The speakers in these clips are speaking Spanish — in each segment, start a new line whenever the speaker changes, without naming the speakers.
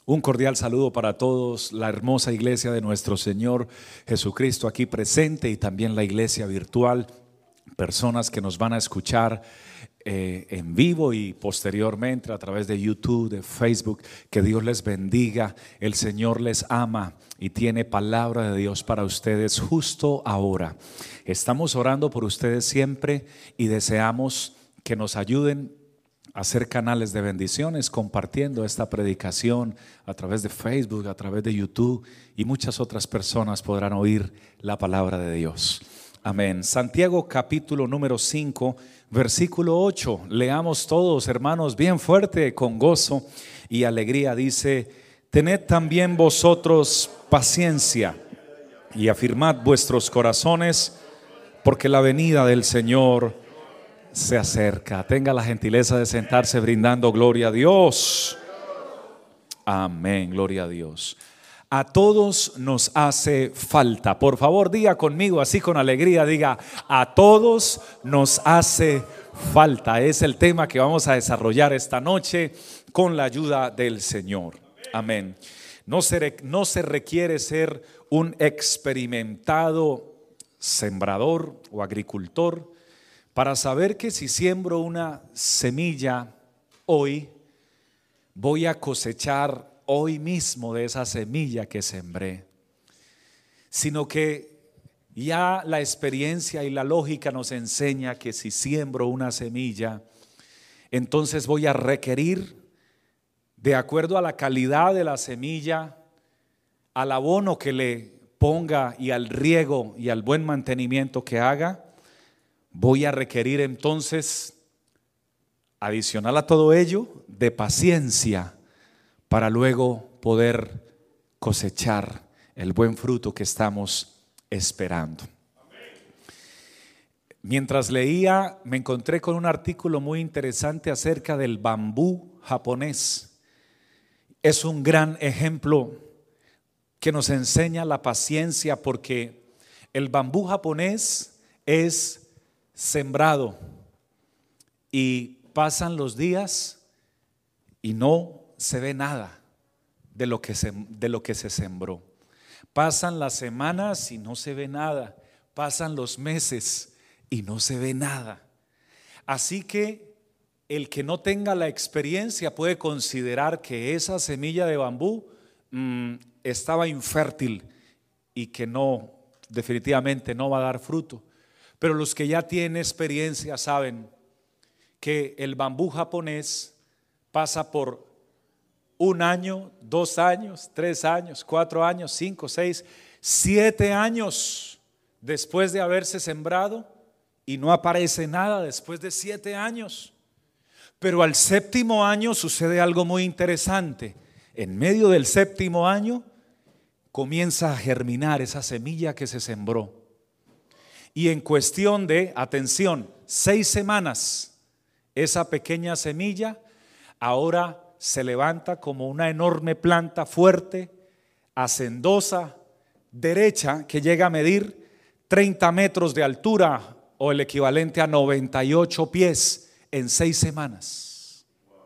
Un cordial saludo para todos, la hermosa iglesia de nuestro Señor Jesucristo aquí presente y también la iglesia virtual, personas que nos van a escuchar en vivo y posteriormente a través de YouTube, de Facebook. Que Dios les bendiga. El Señor les ama y tiene palabra de Dios para ustedes justo ahora. Estamos orando por ustedes siempre y deseamos que nos ayuden a ser canales de bendiciones, compartiendo esta predicación a través de Facebook, a través de YouTube, y muchas otras personas podrán oír la palabra de Dios. Amén. Santiago capítulo número 5, versículo 8. Leamos todos, hermanos, bien fuerte, con gozo y alegría. Dice: tened también vosotros paciencia y afirmad vuestros corazones, porque la venida del Señor se acerca. Tenga la gentileza de sentarse brindando gloria a Dios. Amén, gloria a Dios. A todos nos hace falta. Por favor, diga conmigo así con alegría, diga: a todos nos hace falta. Es el tema que vamos a desarrollar esta noche con la ayuda del Señor. Amén. No se requiere ser un experimentado sembrador o agricultor para saber que si siembro una semilla hoy, voy a cosechar hoy mismo de esa semilla que sembré. Sino que ya la experiencia y la lógica nos enseña que si siembro una semilla, entonces voy a requerir, de acuerdo a la calidad de la semilla, al abono que le ponga y al riego y al buen mantenimiento que haga, voy a requerir entonces, adicional a todo ello, de paciencia para luego poder cosechar el buen fruto que estamos esperando. Mientras leía, me encontré con un artículo muy interesante acerca del bambú japonés. Es un gran ejemplo que nos enseña la paciencia, porque el bambú japonés es sembrado y pasan los días y no se ve nada de lo que se sembró. Pasan las semanas y no se ve nada. Pasan los meses y no se ve nada. Así que el que no tenga la experiencia puede considerar que esa semilla de bambú estaba infértil y que no, definitivamente no va a dar fruto. Pero los que ya tienen experiencia saben que el bambú japonés pasa por 1 año, 2 años, 3 años, 4 años, 5, 6, 7 años después de haberse sembrado, y no aparece nada después de 7 años. Pero al 7º año sucede algo muy interesante. En medio del 7º año comienza a germinar esa semilla que se sembró. Y en cuestión de, atención, 6 semanas, esa pequeña semilla ahora se levanta como una enorme planta fuerte, hacendosa, derecha, que llega a medir 30 metros de altura o el equivalente a 98 pies en 6 semanas.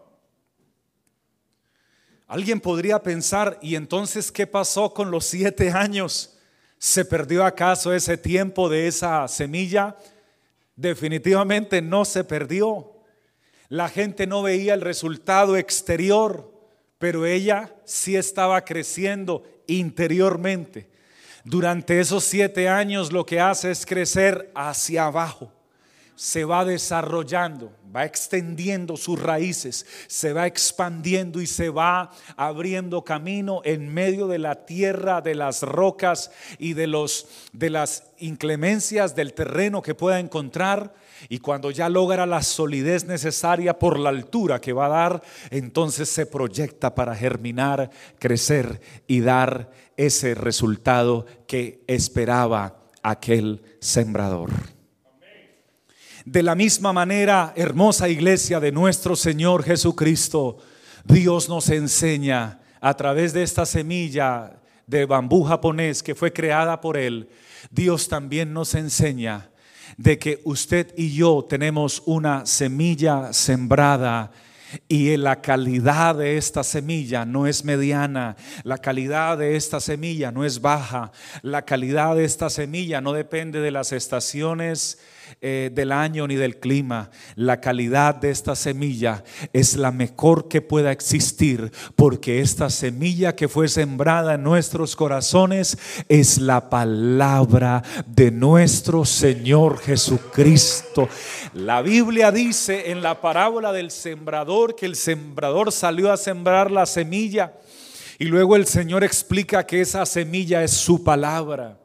Alguien podría pensar: ¿y entonces qué pasó con los 7 años? ¿Se perdió acaso ese tiempo de esa semilla? Definitivamente no se perdió. La gente no veía el resultado exterior, pero ella sí estaba creciendo interiormente. Durante esos 7 años lo que hace es crecer hacia abajo. Se va desarrollando, va extendiendo sus raíces, se va expandiendo y se va abriendo camino en medio de la tierra, de las rocas y de las inclemencias del terreno que pueda encontrar. Y cuando ya logra la solidez necesaria por la altura que va a dar, entonces se proyecta para germinar, crecer y dar ese resultado que esperaba aquel sembrador. De la misma manera, hermosa iglesia de nuestro Señor Jesucristo, Dios nos enseña a través de esta semilla de bambú japonés que fue creada por Él. Dios también nos enseña de que usted y yo tenemos una semilla sembrada Y la calidad de esta semilla no es mediana, la calidad de esta semilla no es baja, la calidad de esta semilla no depende de las estaciones del año ni del clima. La calidad de esta semilla es la mejor que pueda existir, porque esta semilla que fue sembrada en nuestros corazones es la palabra de nuestro Señor Jesucristo. La Biblia dice en la parábola del sembrador que el sembrador salió a sembrar la semilla y luego el Señor explica que esa semilla es su palabra.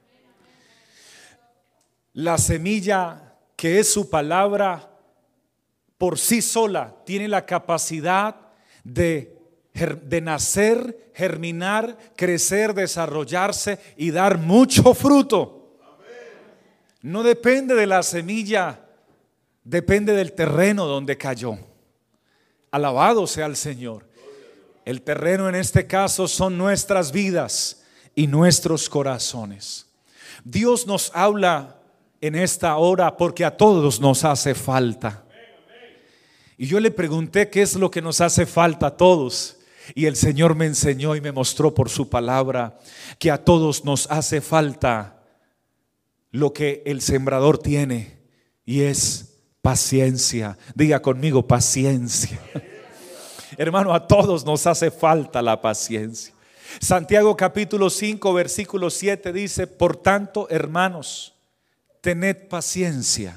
La semilla que es su palabra por sí sola tiene la capacidad de nacer, germinar, crecer, desarrollarse y dar mucho fruto. No depende de la semilla, depende del terreno donde cayó. Alabado sea el Señor. El terreno en este caso son nuestras vidas y nuestros corazones. Dios nos habla en esta hora porque a todos nos hace falta. Y yo le pregunté qué es lo que nos hace falta a todos. Y el Señor me enseñó y me mostró por su palabra que a todos nos hace falta lo que el sembrador tiene, y es paciencia. Diga conmigo, paciencia. Hermano, a todos nos hace falta la paciencia. Santiago capítulo 5 versículo 7 dice: por tanto, hermanos, tened paciencia.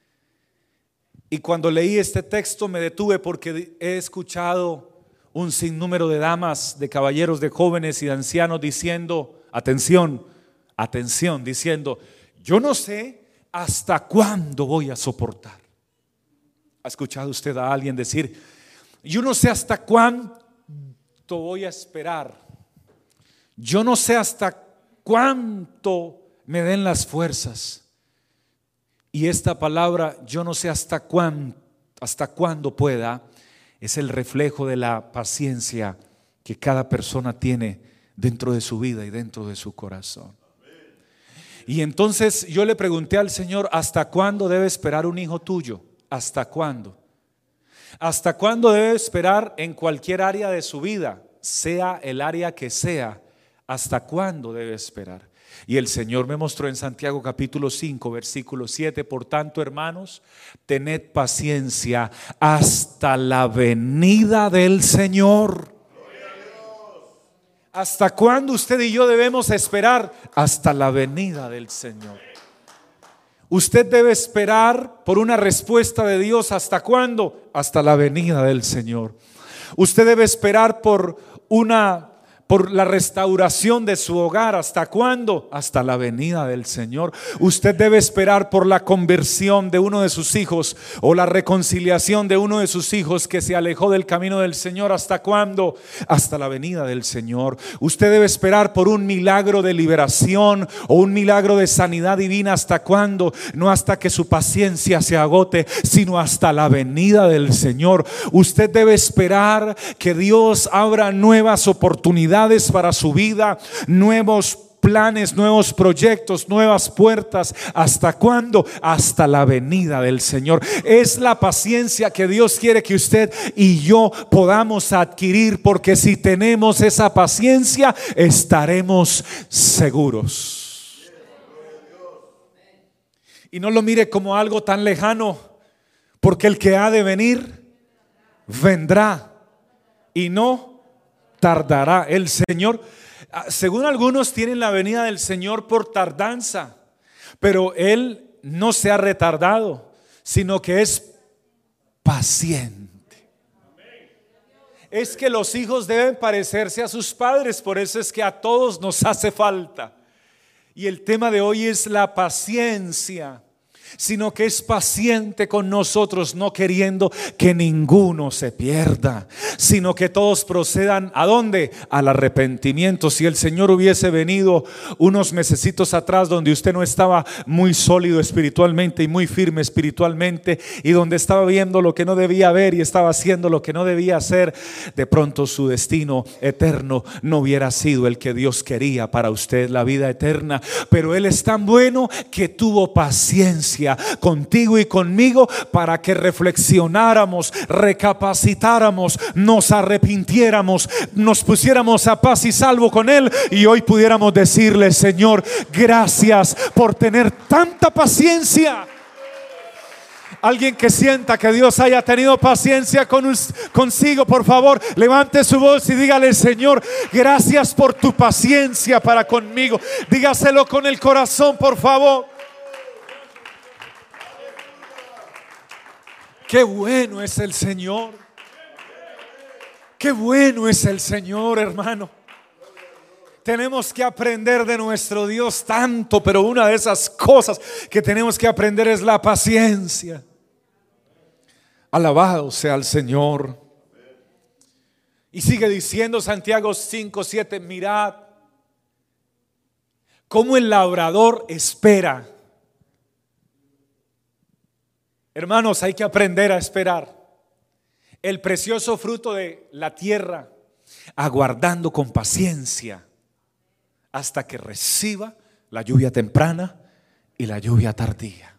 Y cuando leí este texto me detuve porque he escuchado un sinnúmero de damas, de caballeros, de jóvenes y de ancianos diciendo, atención, atención, diciendo: yo no sé hasta cuándo voy a soportar. ¿Ha escuchado usted a alguien decir: yo no sé hasta cuánto voy a esperar? Yo no sé hasta cuánto me den las fuerzas. Y esta palabra, yo no sé hasta cuándo pueda, es el reflejo de la paciencia que cada persona tiene dentro de su vida y dentro de su corazón. Y entonces yo le pregunté al Señor: ¿hasta cuándo debe esperar un hijo tuyo? ¿Hasta cuándo? ¿Hasta cuándo debe esperar en cualquier área de su vida, sea el área que sea? ¿Hasta cuándo debe esperar? Y el Señor me mostró en Santiago capítulo 5 versículo 7: por tanto, hermanos, tened paciencia hasta la venida del Señor. ¿Hasta cuándo usted y yo debemos esperar? Hasta la venida del Señor. Usted debe esperar por una respuesta de Dios. ¿Hasta cuándo? Hasta la venida del Señor. Usted debe esperar por la restauración de su hogar. ¿Hasta cuándo? Hasta la venida del Señor. Usted debe esperar por la conversión de uno de sus hijos o la reconciliación de uno de sus hijos que se alejó del camino del Señor. ¿Hasta cuándo? Hasta la venida del Señor. Usted debe esperar por un milagro de liberación o un milagro de sanidad divina. ¿Hasta cuándo? No hasta que su paciencia se agote, sino hasta la venida del Señor. Usted debe esperar que Dios abra nuevas oportunidades para su vida, nuevos planes, nuevos proyectos, nuevas puertas. ¿Hasta cuándo? Hasta la venida del Señor. Es la paciencia que Dios quiere que usted y yo podamos adquirir, porque si tenemos esa paciencia estaremos seguros. Y no lo mire como algo tan lejano, porque el que ha de venir vendrá y no tardará. El Señor, según algunos, tienen la venida del Señor por tardanza, pero Él no se ha retardado, sino que es paciente. Es que los hijos deben parecerse a sus padres, por eso es que a todos nos hace falta. Y el tema de hoy es la paciencia, sino que es paciente con nosotros, no queriendo que ninguno se pierda, sino que todos procedan ¿a dónde? Al arrepentimiento. Si el Señor hubiese venido unos mesecitos atrás, donde usted no estaba muy sólido espiritualmente y muy firme espiritualmente, y donde estaba viendo lo que no debía ver y estaba haciendo lo que no debía hacer, de pronto su destino eterno no hubiera sido el que Dios quería para usted, la vida eterna. Pero Él es tan bueno que tuvo paciencia paciencia contigo y conmigo para que reflexionáramos, recapacitáramos, nos arrepintiéramos, nos pusiéramos a paz y salvo con Él y hoy pudiéramos decirle: Señor, gracias por tener tanta paciencia. Alguien que sienta que Dios haya tenido paciencia consigo, por favor, levante su voz y dígale: Señor, gracias por tu paciencia para conmigo. Dígaselo con el corazón, por favor. Qué bueno es el Señor. Qué bueno es el Señor, hermano. Tenemos que aprender de nuestro Dios tanto, pero una de esas cosas que tenemos que aprender es la paciencia. Alabado sea el Señor. Y sigue diciendo Santiago 5:7, mirad cómo el labrador espera. Hermanos, hay que aprender a esperar el precioso fruto de la tierra, aguardando con paciencia hasta que reciba la lluvia temprana y la lluvia tardía.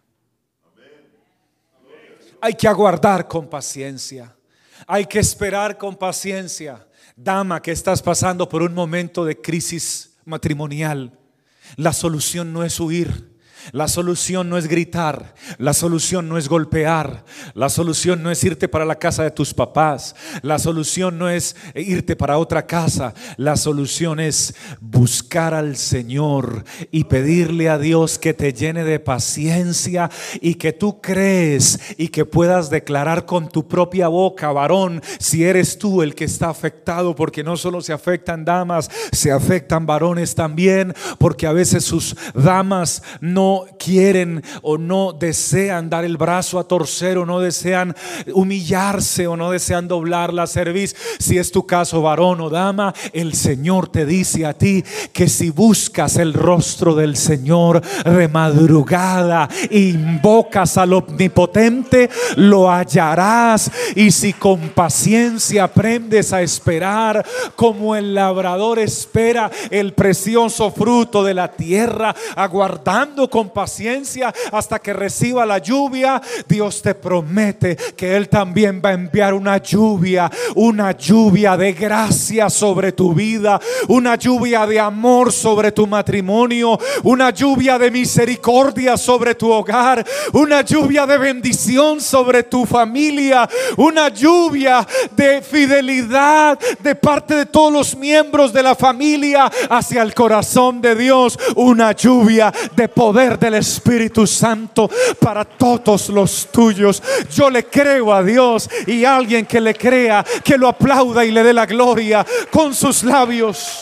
Hay que aguardar con paciencia. Hay que esperar con paciencia. Dama que estás pasando por un momento de crisis matrimonial, la solución no es huir. La solución no es gritar, la solución no es golpear, la solución no es irte para la casa de tus papás, la solución no es irte para otra casa, la solución es buscar al Señor y pedirle a Dios que te llene de paciencia y que tú crees y que puedas declarar con tu propia boca, varón, si eres tú el que está afectado, porque no solo se afectan damas, se afectan varones también, porque a veces sus damas no quieren o no desean dar el brazo a torcer o no desean humillarse o no desean doblar la cerviz. Si es tu caso, varón o dama, el Señor te dice a ti que si buscas el rostro del Señor de madrugada, invocas al Omnipotente, lo hallarás. Y si con paciencia aprendes a esperar como el labrador espera el precioso fruto de la tierra, aguardando con paciencia hasta que reciba la lluvia, Dios te promete que Él también va a enviar una lluvia de gracia sobre tu vida, una lluvia de amor sobre tu matrimonio, una lluvia de misericordia sobre tu hogar, una lluvia de bendición sobre tu familia, una lluvia de fidelidad de parte de todos los miembros de la familia hacia el corazón de Dios, una lluvia de poder del Espíritu Santo para todos los tuyos. Yo le creo a Dios, y alguien que le crea, que lo aplauda y le dé la gloria con sus labios.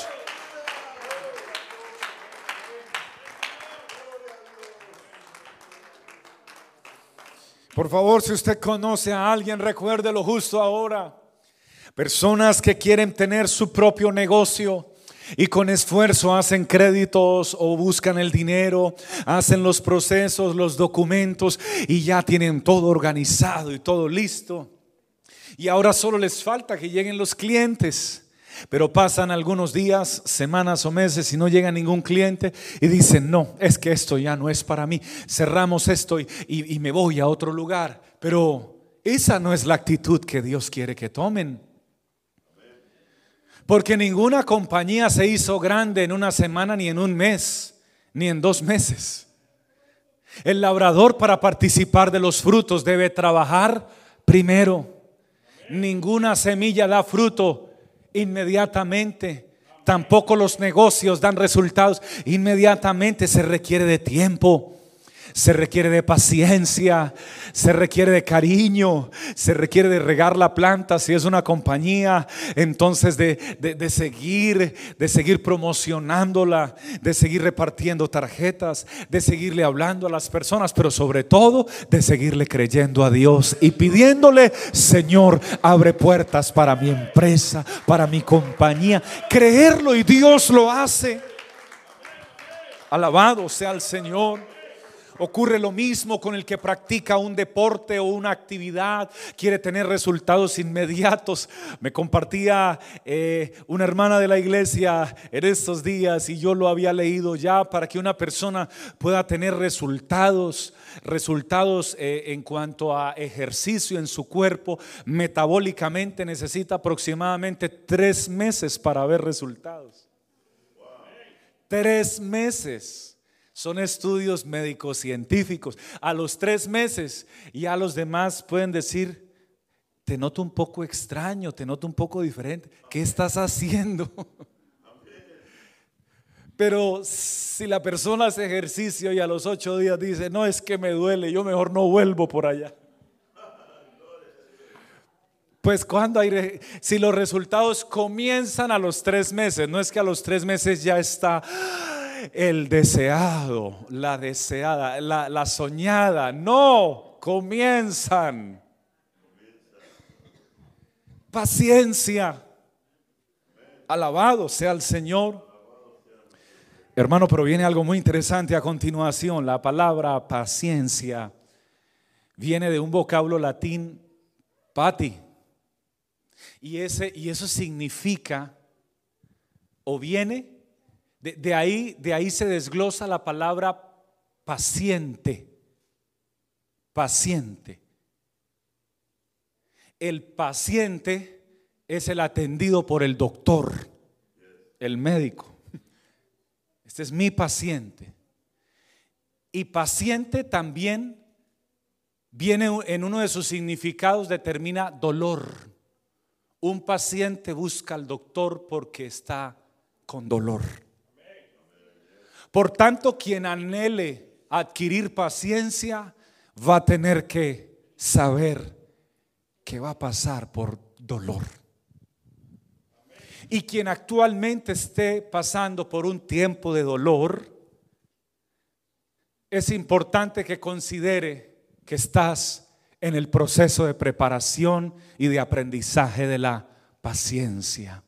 Por favor, si usted conoce a alguien, recuérdelo justo ahora. Personas que quieren tener su propio negocio y con esfuerzo hacen créditos o buscan el dinero, hacen los procesos, los documentos y ya tienen todo organizado y todo listo. Y ahora solo les falta que lleguen los clientes. Pero pasan algunos días, semanas o meses y no llega ningún cliente y dicen: no, es que esto ya no es para mí. Cerramos esto y me voy a otro lugar. Pero esa no es la actitud que Dios quiere que tomen. Porque ninguna compañía se hizo grande en una semana, ni en un mes, ni en 2 meses. El labrador, para participar de los frutos, debe trabajar primero. Ninguna semilla da fruto inmediatamente. Tampoco los negocios dan resultados inmediatamente. Se requiere de tiempo. Se requiere de paciencia, se requiere de cariño, se requiere de regar la planta si es una compañía, entonces de seguir promocionándola, de seguir repartiendo tarjetas, de seguirle hablando a las personas, pero sobre todo de seguirle creyendo a Dios y pidiéndole: Señor, abre puertas para mi empresa, para mi compañía. Creerlo, y Dios lo hace. Alabado sea el Señor. Ocurre lo mismo con el que practica un deporte o una actividad, quiere tener resultados inmediatos. Me compartía una hermana de la iglesia en estos días, y yo lo había leído ya. Para que una persona pueda tener resultados en cuanto a ejercicio en su cuerpo, metabólicamente necesita aproximadamente 3 meses para ver resultados. 3 meses. Son estudios médicos científicos. A los 3 meses ya los demás pueden decir: te noto un poco extraño, te noto un poco diferente. ¿Qué estás haciendo? Pero si la persona hace ejercicio y a los 8 días dice: no, es que me duele, yo mejor no vuelvo por allá. Pues si los resultados comienzan a los 3 meses, no es que a los 3 meses ya está el deseado, la deseada, la soñada. No, comienzan. Paciencia. Alabado sea el Señor. Hermano, pero viene algo muy interesante a continuación. La palabra paciencia viene de un vocablo latín, pati, y eso significa, o viene de ahí se desglosa la palabra paciente. Paciente. El paciente es el atendido por el doctor, el médico. Este es mi paciente. Y paciente también viene en uno de sus significados, determina dolor. Un paciente busca al doctor porque está con dolor. Por tanto, quien anhele adquirir paciencia va a tener que saber que va a pasar por dolor. Y quien actualmente esté pasando por un tiempo de dolor, es importante que considere que estás en el proceso de preparación y de aprendizaje de la paciencia.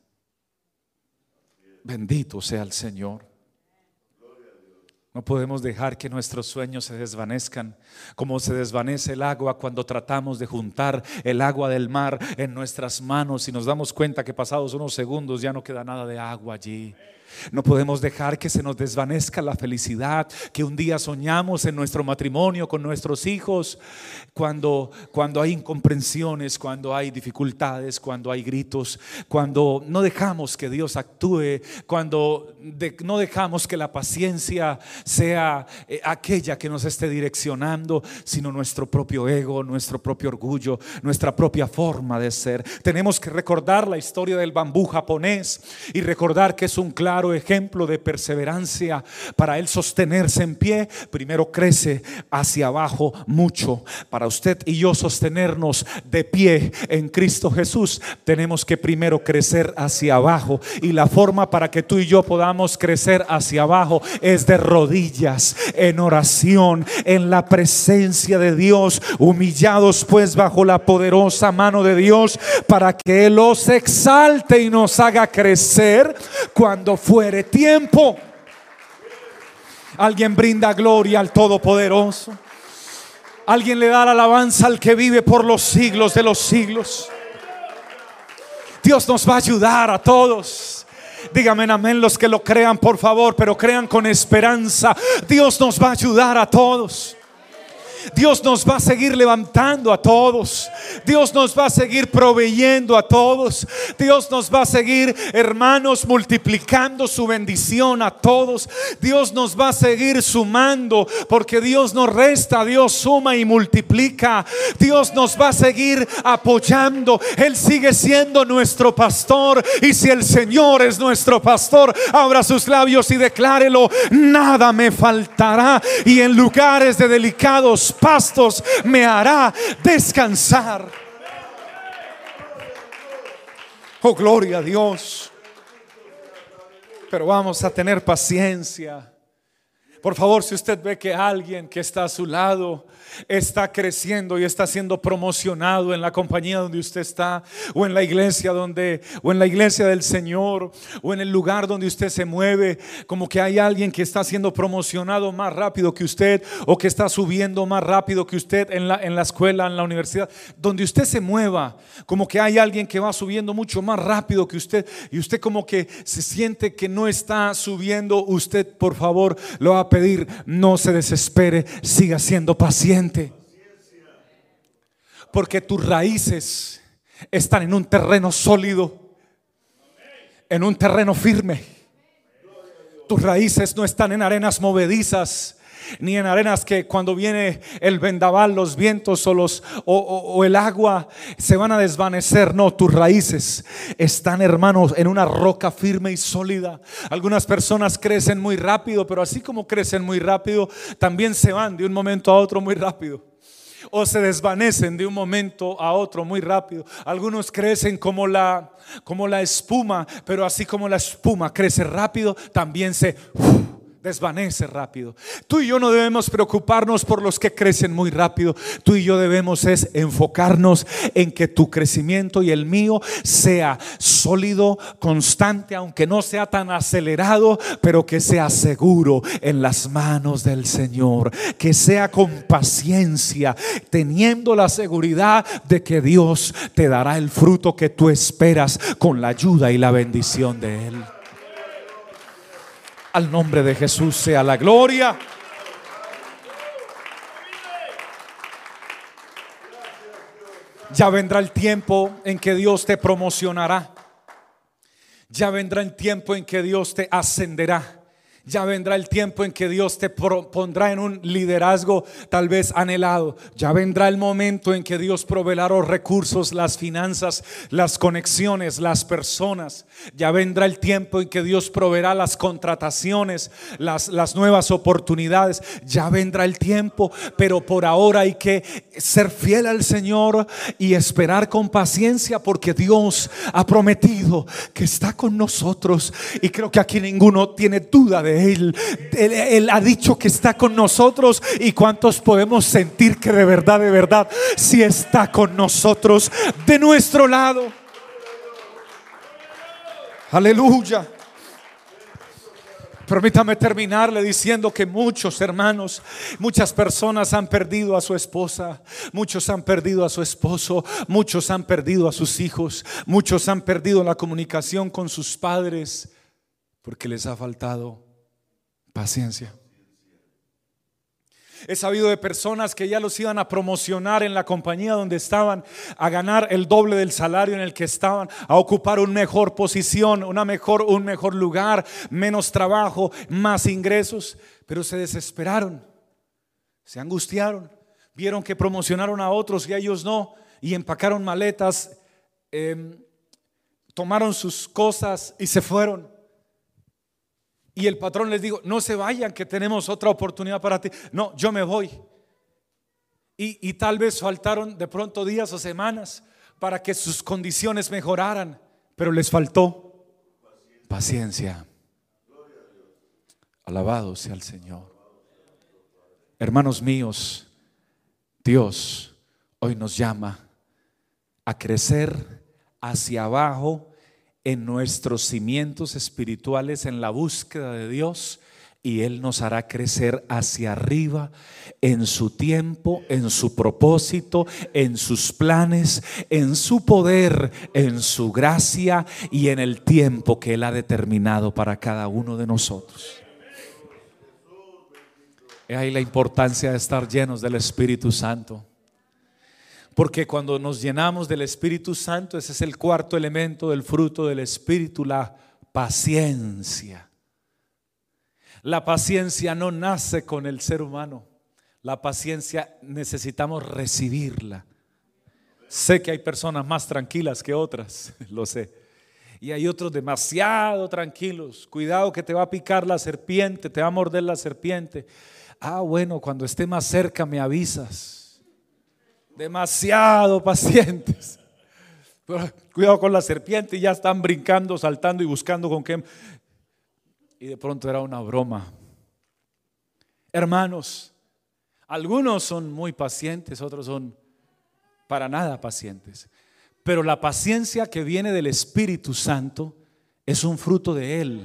Bendito sea el Señor. No podemos dejar que nuestros sueños se desvanezcan como se desvanece el agua cuando tratamos de juntar el agua del mar en nuestras manos y nos damos cuenta que pasados unos segundos ya no queda nada de agua allí. No podemos dejar que se nos desvanezca la felicidad que un día soñamos en nuestro matrimonio, con nuestros hijos, cuando hay incomprensiones, cuando hay dificultades, cuando hay gritos, cuando no dejamos que Dios actúe, cuando no dejamos que la paciencia sea aquella que nos esté direccionando, sino nuestro propio ego, nuestro propio orgullo, nuestra propia forma de ser. Tenemos que recordar la historia del bambú japonés y recordar que es un claro ejemplo de perseverancia. Para él sostenerse en pie, primero crece hacia abajo mucho. Para usted y yo sostenernos de pie en Cristo Jesús, tenemos que primero crecer hacia abajo, y la forma para que tú y yo podamos crecer hacia abajo es de rodillas, en oración, en la presencia de Dios, humillados pues bajo la poderosa mano de Dios, para que Él os exalte y nos haga crecer cuando fuere tiempo. Alguien brinda gloria al Todopoderoso. Alguien le da la alabanza al que vive por los siglos de los siglos. Dios nos va a ayudar a todos. Dígame amén los que lo crean, por favor, pero crean con esperanza. Dios nos va a ayudar a todos. Dios nos va a seguir levantando a todos. Dios nos va a seguir proveyendo a todos. Dios nos va a seguir, hermanos, multiplicando su bendición a todos. Dios nos va a seguir sumando, porque Dios no resta, Dios suma y multiplica. Dios nos va a seguir apoyando. Él sigue siendo nuestro pastor, y si el Señor es nuestro pastor, abra sus labios y declárelo: nada me faltará, y en lugares de delicados pastos me hará descansar. Oh, gloria a Dios. Pero vamos a tener paciencia. Por favor, si usted ve que alguien que está a su lado está creciendo y está siendo promocionado en la compañía donde usted está, o en la iglesia o en la iglesia del Señor, o en el lugar donde usted se mueve, como que hay alguien que está siendo promocionado más rápido que usted, o que está subiendo más rápido que usted en la escuela, en la universidad, donde usted se mueva, como que hay alguien que va subiendo mucho más rápido que usted, y usted como que se siente que no está subiendo. Usted, por favor, lo va a pedir: no se desespere, siga siendo paciente, porque tus raíces están en un terreno sólido, en un terreno firme. Tus raíces no están en arenas movedizas, ni en arenas que cuando viene el vendaval, los vientos o el agua se van a desvanecer. No, tus raíces están, hermanos, en una roca firme y sólida. Algunas personas crecen muy rápido, pero así como crecen muy rápido, también se van de un momento a otro muy rápido, o se desvanecen de un momento a otro muy rápido. Algunos crecen como la espuma, pero así como la espuma crece rápido, también se desvanece rápido. Tú y yo no debemos preocuparnos por los que crecen muy rápido. Tú y yo debemos enfocarnos en que tu crecimiento y el mío sea sólido, constante, aunque no sea tan acelerado, pero que sea seguro en las manos del Señor, que sea con paciencia, teniendo la seguridad de que Dios te dará el fruto que tú esperas, con la ayuda y la bendición de Él. Al nombre de Jesús sea la gloria. Ya vendrá el tiempo en que Dios te promocionará. Ya vendrá el tiempo en que Dios te ascenderá. Ya vendrá el tiempo en que Dios te pondrá en un liderazgo tal vez anhelado. Ya vendrá el momento en que Dios proveerá los recursos, las finanzas, las conexiones, las personas. Ya vendrá el tiempo en que Dios proveerá las contrataciones, las nuevas oportunidades. Ya vendrá el tiempo, pero por ahora hay que ser fiel al Señor y esperar con paciencia, porque Dios ha prometido que está con nosotros, y creo que aquí ninguno tiene duda de Él. Él ha dicho que está con nosotros, y cuántos podemos sentir que de verdad si está con nosotros, de nuestro lado. Aleluya. Permítame terminarle diciendo que muchos hermanos, muchas personas han perdido a su esposa, muchos han perdido a su esposo, muchos han perdido a sus hijos, muchos han perdido la comunicación con sus padres, porque les ha faltado paciencia. He sabido de personas que ya los iban a promocionar en la compañía donde estaban, a ganar el doble del salario en el que estaban, a ocupar una mejor posición, un mejor lugar, menos trabajo, más ingresos, pero se desesperaron, se angustiaron, vieron que promocionaron a otros y a ellos no, y empacaron maletas, tomaron sus cosas y se fueron. Y el patrón les dijo: no se vayan, que tenemos otra oportunidad para ti. No, yo me voy. Y tal vez faltaron de pronto días o semanas para que sus condiciones mejoraran, pero les faltó paciencia. Alabado sea el Señor. Hermanos míos, Dios hoy nos llama a crecer hacia abajo en nuestros cimientos espirituales, en la búsqueda de Dios, y Él nos hará crecer hacia arriba en su tiempo, en su propósito, en sus planes, en su poder, en su gracia y en el tiempo que Él ha determinado para cada uno de nosotros. He ahí la importancia de estar llenos del Espíritu Santo. Porque cuando nos llenamos del Espíritu Santo, ese es el cuarto elemento del fruto del Espíritu, la paciencia. La paciencia no nace con el ser humano. La paciencia necesitamos recibirla. Sé que hay personas más tranquilas que otras, lo sé. Y hay otros demasiado tranquilos. Cuidado que te va a picar la serpiente, te va a morder la serpiente. Bueno, cuando esté más cerca me avisas. Demasiado pacientes. Pero cuidado con la serpiente, y ya están brincando, saltando y buscando con qué. Y de pronto era una broma. Hermanos, algunos son muy pacientes, otros son para nada pacientes. Pero la paciencia que viene del Espíritu Santo es un fruto de Él.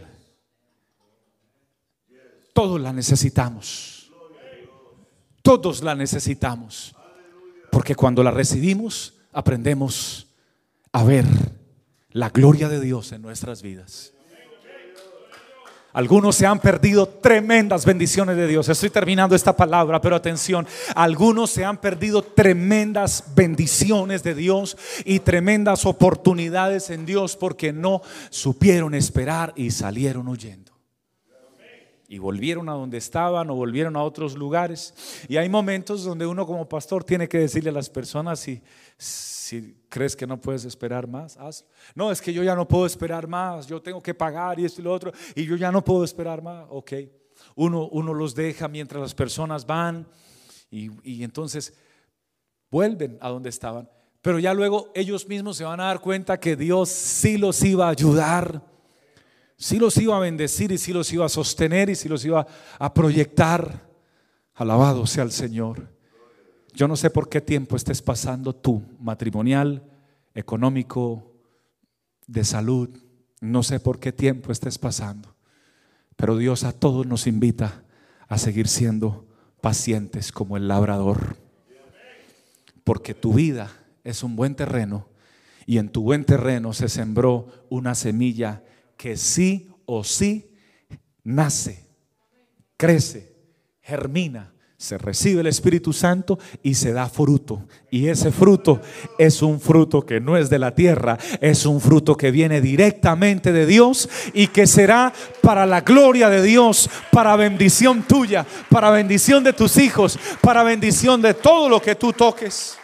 Todos la necesitamos. Todos la necesitamos. Porque cuando la recibimos, aprendemos a ver la gloria de Dios en nuestras vidas. Algunos se han perdido tremendas bendiciones de Dios. Estoy terminando esta palabra, pero atención. Algunos se han perdido tremendas bendiciones de Dios y tremendas oportunidades en Dios porque no supieron esperar y salieron huyendo. Y volvieron a donde estaban o volvieron a otros lugares. Y hay momentos donde uno como pastor tiene que decirle a las personas: si crees que no puedes esperar más, hazlo. No, es que yo ya no puedo esperar más, yo tengo que pagar y esto y lo otro, y yo ya no puedo esperar más. Ok, uno los deja mientras las personas van y entonces vuelven a donde estaban. Pero ya luego ellos mismos se van a dar cuenta que Dios sí los iba a ayudar, sí los iba a bendecir y sí los iba a sostener y sí los iba a proyectar. Alabado sea el Señor. Yo no sé por qué tiempo estés pasando tú, matrimonial, económico, de salud. No sé por qué tiempo estés pasando, pero Dios a todos nos invita a seguir siendo pacientes como el labrador. Porque tu vida es un buen terreno y en tu buen terreno se sembró una semilla que sí o sí nace, crece, germina. Se recibe el Espíritu Santo y se da fruto. Y ese fruto es un fruto que no es de la tierra, es un fruto que viene directamente de Dios y que será para la gloria de Dios, para bendición tuya, para bendición de tus hijos, para bendición de todo lo que tú toques.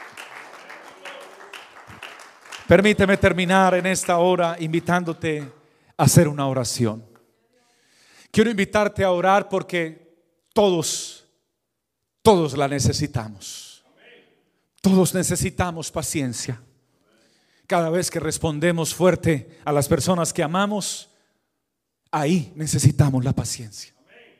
Permíteme terminar en esta hora invitándote a hacer una oración. Quiero invitarte a orar porque todos la necesitamos. Todos necesitamos paciencia. Cada vez que respondemos fuerte a las personas que amamos, ahí necesitamos la paciencia.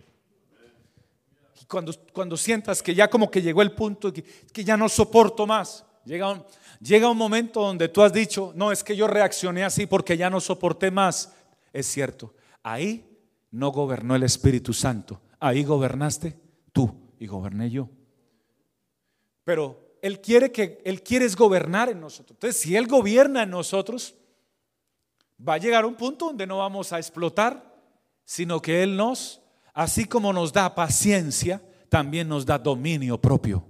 Y cuando sientas que ya como que llegó el punto que ya no soporto más, llega un momento donde tú has dicho: no, es que yo reaccioné así porque ya no soporté más. Es cierto, ahí no gobernó el Espíritu Santo, ahí gobernaste tú y goberné yo. Pero Él quiere es gobernar en nosotros. Entonces, si Él gobierna en nosotros, va a llegar un punto donde no vamos a explotar, sino que Él así como nos da paciencia, también nos da dominio propio.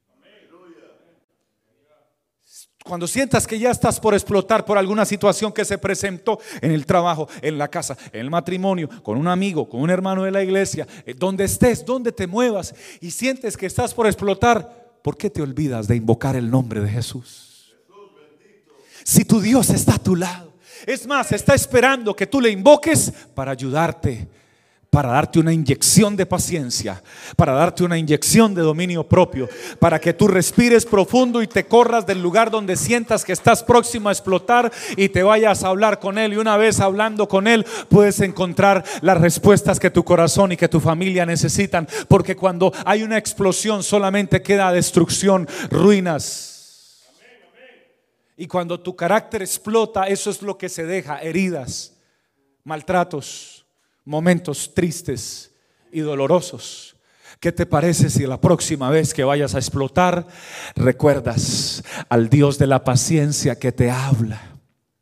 Cuando sientas que ya estás por explotar por alguna situación que se presentó en el trabajo, en la casa, en el matrimonio, con un amigo, con un hermano de la iglesia, donde estés, donde te muevas, y sientes que estás por explotar, ¿por qué te olvidas de invocar el nombre de Jesús? Si tu Dios está a tu lado, es más, está esperando que tú le invoques para ayudarte, para darte una inyección de paciencia, para darte una inyección de dominio propio, para que tú respires profundo y te corras del lugar donde sientas que estás próximo a explotar y te vayas a hablar con Él. Y una vez hablando con Él, puedes encontrar las respuestas que tu corazón y que tu familia necesitan. Porque cuando hay una explosión solamente queda destrucción, ruinas. Y cuando tu carácter explota, eso es lo que se deja: heridas, maltratos, momentos tristes y dolorosos. ¿Qué te parece si la próxima vez que vayas a explotar recuerdas al Dios de la paciencia que te habla?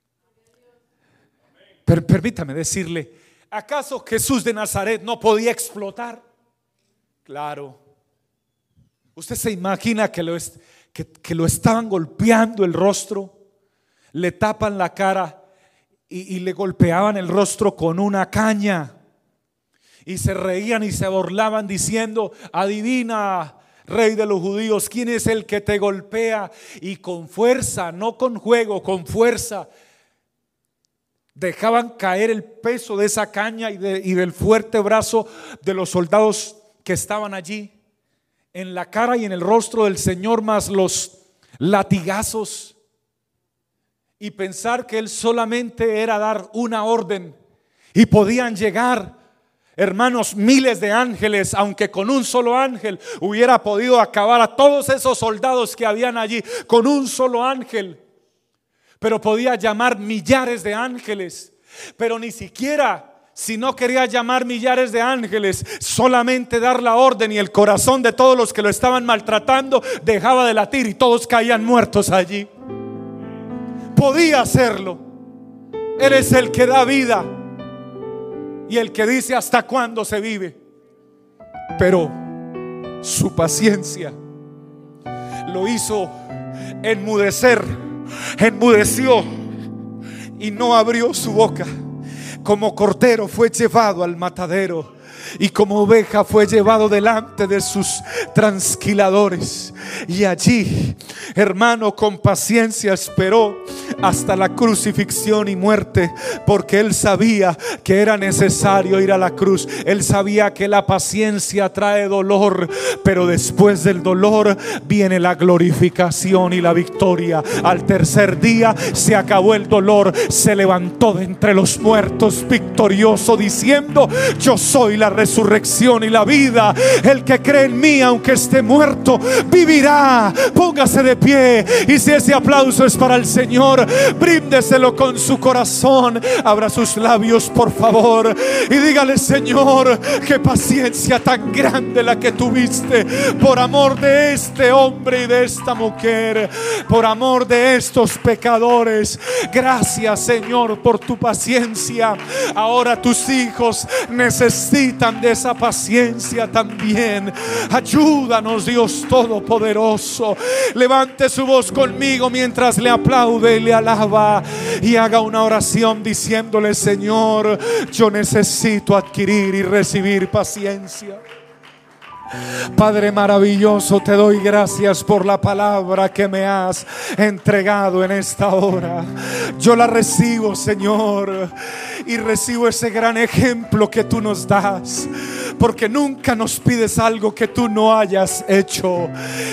Permítame decirle, ¿acaso Jesús de Nazaret no podía explotar? Claro. ¿Usted se imagina que lo estaban golpeando el rostro, le tapan la cara y le golpeaban el rostro con una caña? Y se reían y se burlaban diciendo: adivina, Rey de los judíos, ¿quién es el que te golpea? Y con fuerza, no con juego, con fuerza, dejaban caer el peso de esa caña y del fuerte brazo de los soldados que estaban allí en la cara y en el rostro del Señor, más los latigazos. Y pensar que Él solamente era dar una orden y podían llegar
Hermanos, miles de ángeles, aunque con un solo ángel hubiera podido acabar a todos esos soldados que habían allí, con un solo ángel. Pero podía llamar millares de ángeles. Pero ni siquiera, si no quería llamar millares de ángeles, solamente dar la orden, y el corazón de todos los que lo estaban maltratando dejaba de latir y todos caían muertos allí. Podía hacerlo. Él es el que da vida y el que dice hasta cuándo se vive. Pero su paciencia lo hizo enmudecer. Enmudeció y no abrió su boca. Como cordero fue llevado al matadero, y como oveja fue llevado delante de sus trasquiladores. Y allí, hermano, con paciencia esperó hasta la crucifixión y muerte, porque él sabía que era necesario ir a la cruz. Él sabía que la paciencia trae dolor, pero después del dolor viene la glorificación y la victoria. Al tercer día se acabó el dolor, se levantó de entre los muertos victorioso, diciendo: yo soy la resurrección y la vida. El que cree en mí, aunque esté muerto, vivirá. Póngase de pie, y si ese aplauso es para el Señor, bríndeselo con su corazón. Abra sus labios, por favor, y dígale: Señor, qué paciencia tan grande la que tuviste por amor de este hombre y de esta mujer, por amor de estos pecadores. Gracias, Señor, por tu paciencia. Ahora tus hijos necesitan de esa paciencia también. Ayúdanos, Dios Todopoderoso. Levante su voz conmigo mientras le aplaude y le alaba, y haga una oración diciéndole: Señor, yo necesito adquirir y recibir paciencia. Padre maravilloso, te doy gracias por la palabra que me has entregado en esta hora. Yo la recibo, Señor, y recibo ese gran ejemplo que tú nos das, porque nunca nos pides algo que tú no hayas hecho.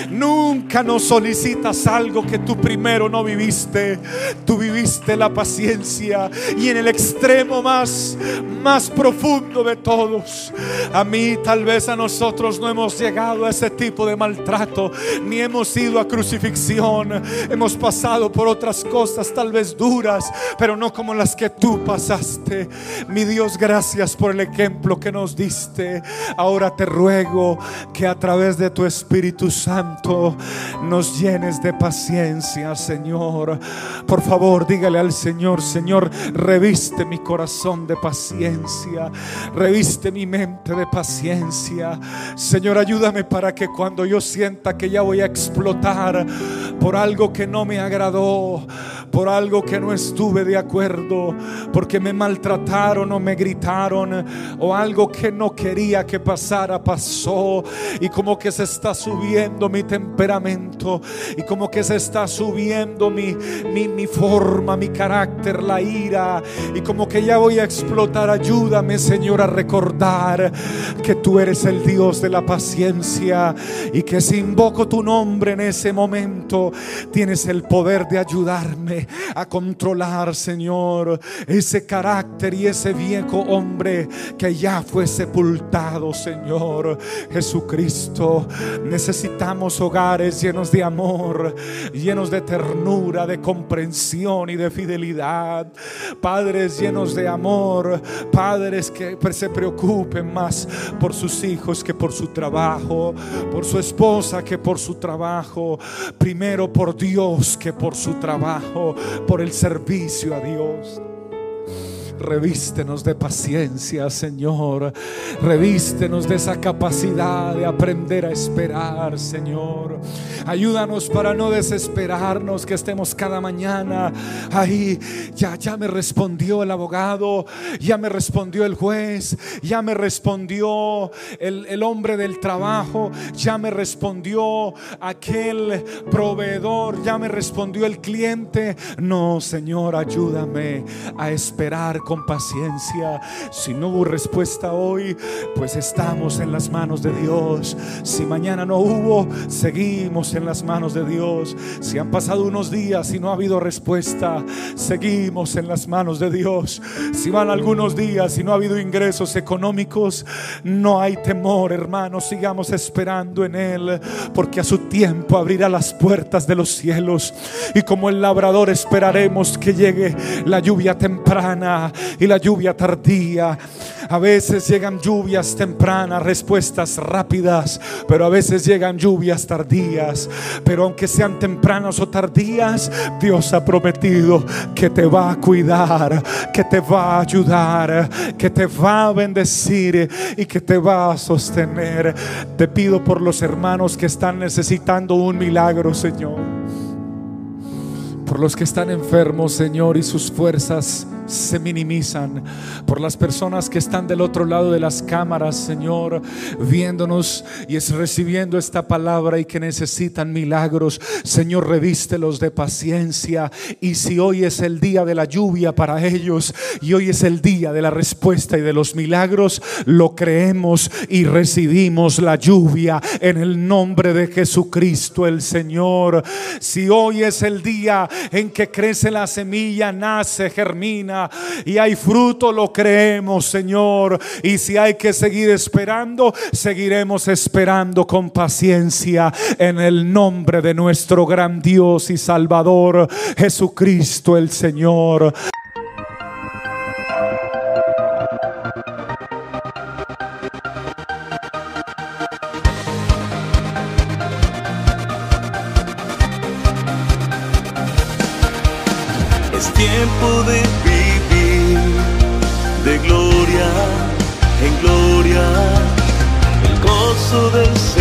Nunca nos solicitas algo que tú primero no viviste. Tú viviste la paciencia, y en el extremo más profundo de todos. A mí, tal vez a nosotros, no hemos llegado a ese tipo de maltrato, ni hemos ido a crucifixión. Hemos pasado por otras cosas tal vez duras, pero no como las que tú pasaste. Mi Dios, gracias por el ejemplo que nos diste. Ahora te ruego que a través de tu Espíritu Santo nos llenes de paciencia, Señor. Por favor, dígale al Señor: Señor, reviste mi corazón de paciencia, reviste mi mente de paciencia. Señor, ayúdame para que cuando yo sienta que ya voy a explotar por algo que no me agradó, por algo que no estuve de acuerdo, porque me maltrataron o me gritaron, o algo que no quería que pasara, pasó, y como que se está subiendo mi temperamento, y como que se está subiendo mi forma, mi carácter, la ira, y como que ya voy a explotar. Ayúdame, Señor, a recordar que tú eres el Dios de la paciencia, y que si invoco tu nombre en ese momento, tienes el poder de ayudarme a controlar, Señor, ese carácter y ese viejo hombre que ya fue sepultado, Señor Jesucristo. Necesitamos hogares llenos de amor, llenos de ternura, de comprensión y de fidelidad. Padres llenos de amor, padres que se preocupen más por sus hijos que por su trabajo, por su esposa que por su trabajo, primero por Dios que por su trabajo, por el servicio a Dios. Revístenos de paciencia, Señor. Revístenos de esa capacidad de aprender a esperar, Señor. Ayúdanos para no desesperarnos, que estemos cada mañana ahí. Ya me respondió el abogado, ya me respondió el juez, ya me respondió el hombre del trabajo, ya me respondió aquel proveedor, ya me respondió el cliente. No, Señor, ayúdame a esperar con paciencia. Si no hubo respuesta hoy, pues estamos en las manos de Dios. Si mañana no hubo, seguimos en las manos de Dios. Si han pasado unos días y no ha habido respuesta, seguimos en las manos de Dios. Si van algunos días y no ha habido ingresos económicos, no hay temor, hermanos, sigamos esperando en Él, porque a su tiempo abrirá las puertas de los cielos. Y como el labrador esperaremos que llegue la lluvia temprana y la lluvia tardía. A veces llegan lluvias tempranas, respuestas rápidas, pero a veces llegan lluvias tardías. Pero aunque sean tempranas o tardías, Dios ha prometido que te va a cuidar, que te va a ayudar, que te va a bendecir y que te va a sostener. Te pido por los hermanos que están necesitando un milagro, Señor. Por los que están enfermos, Señor, y sus fuerzas se minimizan. Por las personas que están del otro lado de las cámaras, Señor, viéndonos y recibiendo esta palabra y que necesitan milagros, Señor, revístelos de paciencia. Y si hoy es el día de la lluvia para ellos y hoy es el día de la respuesta y de los milagros, lo creemos y recibimos la lluvia en el nombre de Jesucristo el Señor. Si hoy es el día en que crece la semilla, nace, germina y hay fruto, lo creemos, Señor. Y si hay que seguir esperando, seguiremos esperando con paciencia en el nombre de nuestro gran Dios y Salvador Jesucristo el Señor.
Tiempo de vivir de gloria en gloria, el gozo del